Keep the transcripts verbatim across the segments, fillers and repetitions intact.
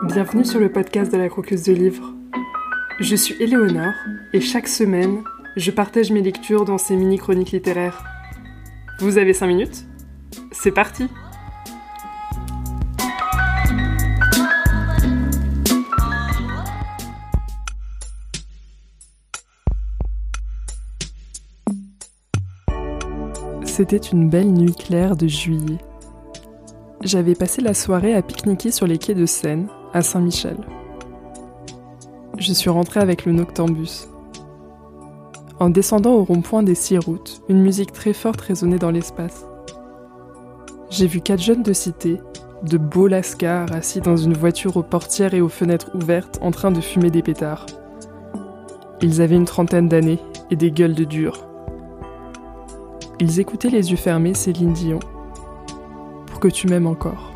Bienvenue sur le podcast de la Croqueuse de Livres. Je suis Éléonore et chaque semaine, je partage mes lectures dans ces mini-chroniques littéraires. Vous avez cinq minutes ? C'est parti ! C'était une belle nuit claire de juillet. J'avais passé la soirée à pique-niquer sur les quais de Seine, à Saint-Michel. Je suis rentrée avec le Noctambus. En descendant au rond-point des six routes, une musique très forte résonnait dans l'espace. J'ai vu quatre jeunes de cité, de beaux lascars assis dans une voiture aux portières et aux fenêtres ouvertes en train de fumer des pétards. Ils avaient une trentaine d'années et des gueules de durs. Ils écoutaient les yeux fermés Céline Dion. Pour que tu m'aimes encore.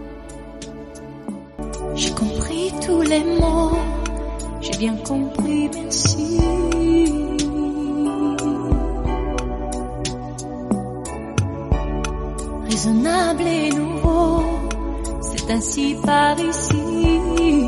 J'ai compris tous les mots, j'ai bien compris, merci. Raisonnable et nouveau, c'est ainsi par ici.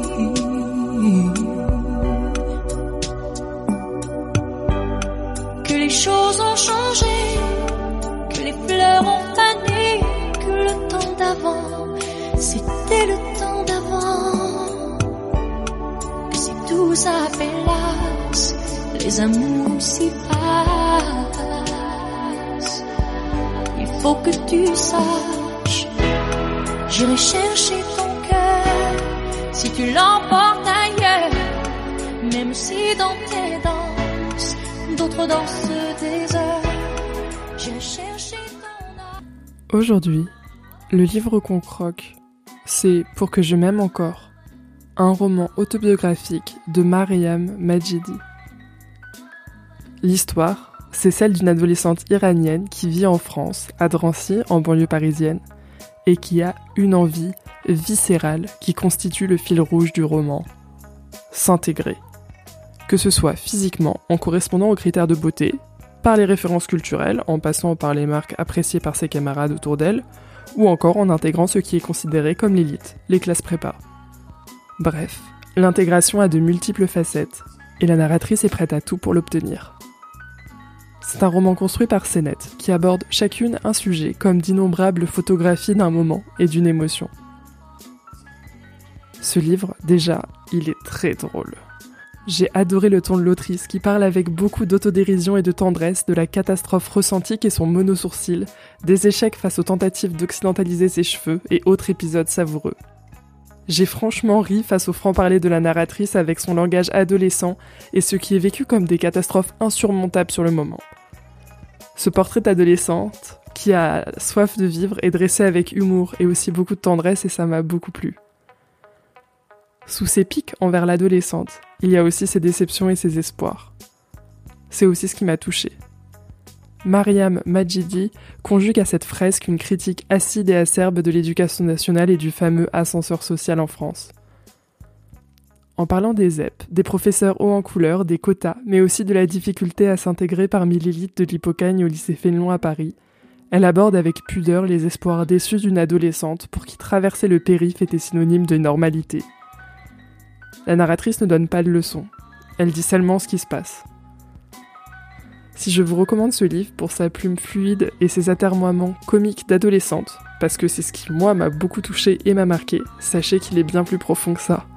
Que les choses ont changé, que les fleurs ont fané, que le temps d'avant, c'était le temps d'avant. Que si tout s'appelasse, les amours s'y passent. Il faut que tu saches, j'irai chercher ton cœur si tu l'emportes ailleurs. Même si dans tes danses, d'autres dansent des heures, j'irai chercher ton âme. Aujourd'hui, le livre qu'on croque, c'est Pour que je m'aime encore, un roman autobiographique de Maryam Majidi. L'histoire, c'est celle d'une adolescente iranienne qui vit en France, à Drancy, en banlieue parisienne, et qui a une envie viscérale qui constitue le fil rouge du roman, s'intégrer. Que ce soit physiquement, en correspondant aux critères de beauté, par les références culturelles, en passant par les marques appréciées par ses camarades autour d'elle, ou encore en intégrant ce qui est considéré comme l'élite, les classes prépa. Bref, l'intégration a de multiples facettes, et la narratrice est prête à tout pour l'obtenir. C'est un roman construit par Sénette, qui aborde chacune un sujet comme d'innombrables photographies d'un moment et d'une émotion. Ce livre, déjà, il est très drôle. J'ai adoré le ton de l'autrice qui parle avec beaucoup d'autodérision et de tendresse de la catastrophe ressentie qu'est son monosourcil, des échecs face aux tentatives d'occidentaliser ses cheveux et autres épisodes savoureux. J'ai franchement ri face au franc-parler de la narratrice avec son langage adolescent et ce qui est vécu comme des catastrophes insurmontables sur le moment. Ce portrait d'adolescente, qui a soif de vivre, est dressé avec humour et aussi beaucoup de tendresse et ça m'a beaucoup plu. Sous ses piques envers l'adolescente, il y a aussi ses déceptions et ses espoirs. C'est aussi ce qui m'a touchée. Maryam Majidi conjugue à cette fresque une critique acide et acerbe de l'éducation nationale et du fameux ascenseur social en France. En parlant des Z E P, des professeurs hauts en couleur, des quotas, mais aussi de la difficulté à s'intégrer parmi l'élite de l'Hippocagne au lycée Fénelon à Paris, elle aborde avec pudeur les espoirs déçus d'une adolescente pour qui traverser le périph' était synonyme de normalité. La narratrice ne donne pas de leçons, elle dit seulement ce qui se passe. Si je vous recommande ce livre pour sa plume fluide et ses atermoiements comiques d'adolescente, parce que c'est ce qui, moi, m'a beaucoup touché et m'a marqué, sachez qu'il est bien plus profond que ça.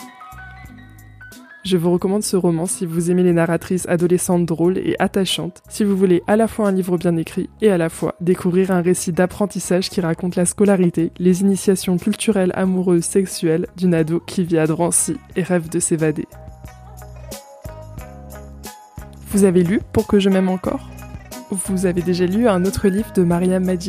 Je vous recommande ce roman si vous aimez les narratrices adolescentes drôles et attachantes, si vous voulez à la fois un livre bien écrit et à la fois découvrir un récit d'apprentissage qui raconte la scolarité, les initiations culturelles amoureuses sexuelles d'une ado qui vit à Drancy et rêve de s'évader. Vous avez lu Pour que je m'aime encore ? Vous avez déjà lu un autre livre de Maryam Majidi ?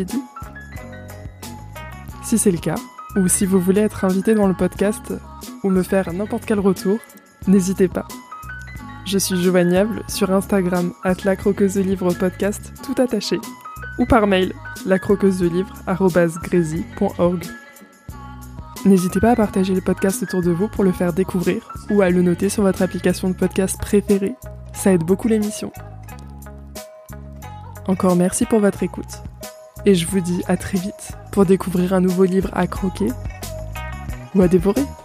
Si c'est le cas, ou si vous voulez être invité dans le podcast ou me faire n'importe quel retour, n'hésitez pas. Je suis joignable sur Instagram arobase la croqueuse de livres podcast tout attaché ou par mail lacroqueusedelivre arobase grésy point org. N'hésitez pas à partager le podcast autour de vous pour le faire découvrir ou à le noter sur votre application de podcast préférée. Ça aide beaucoup l'émission. Encore merci pour votre écoute. Et je vous dis à très vite pour découvrir un nouveau livre à croquer ou à dévorer.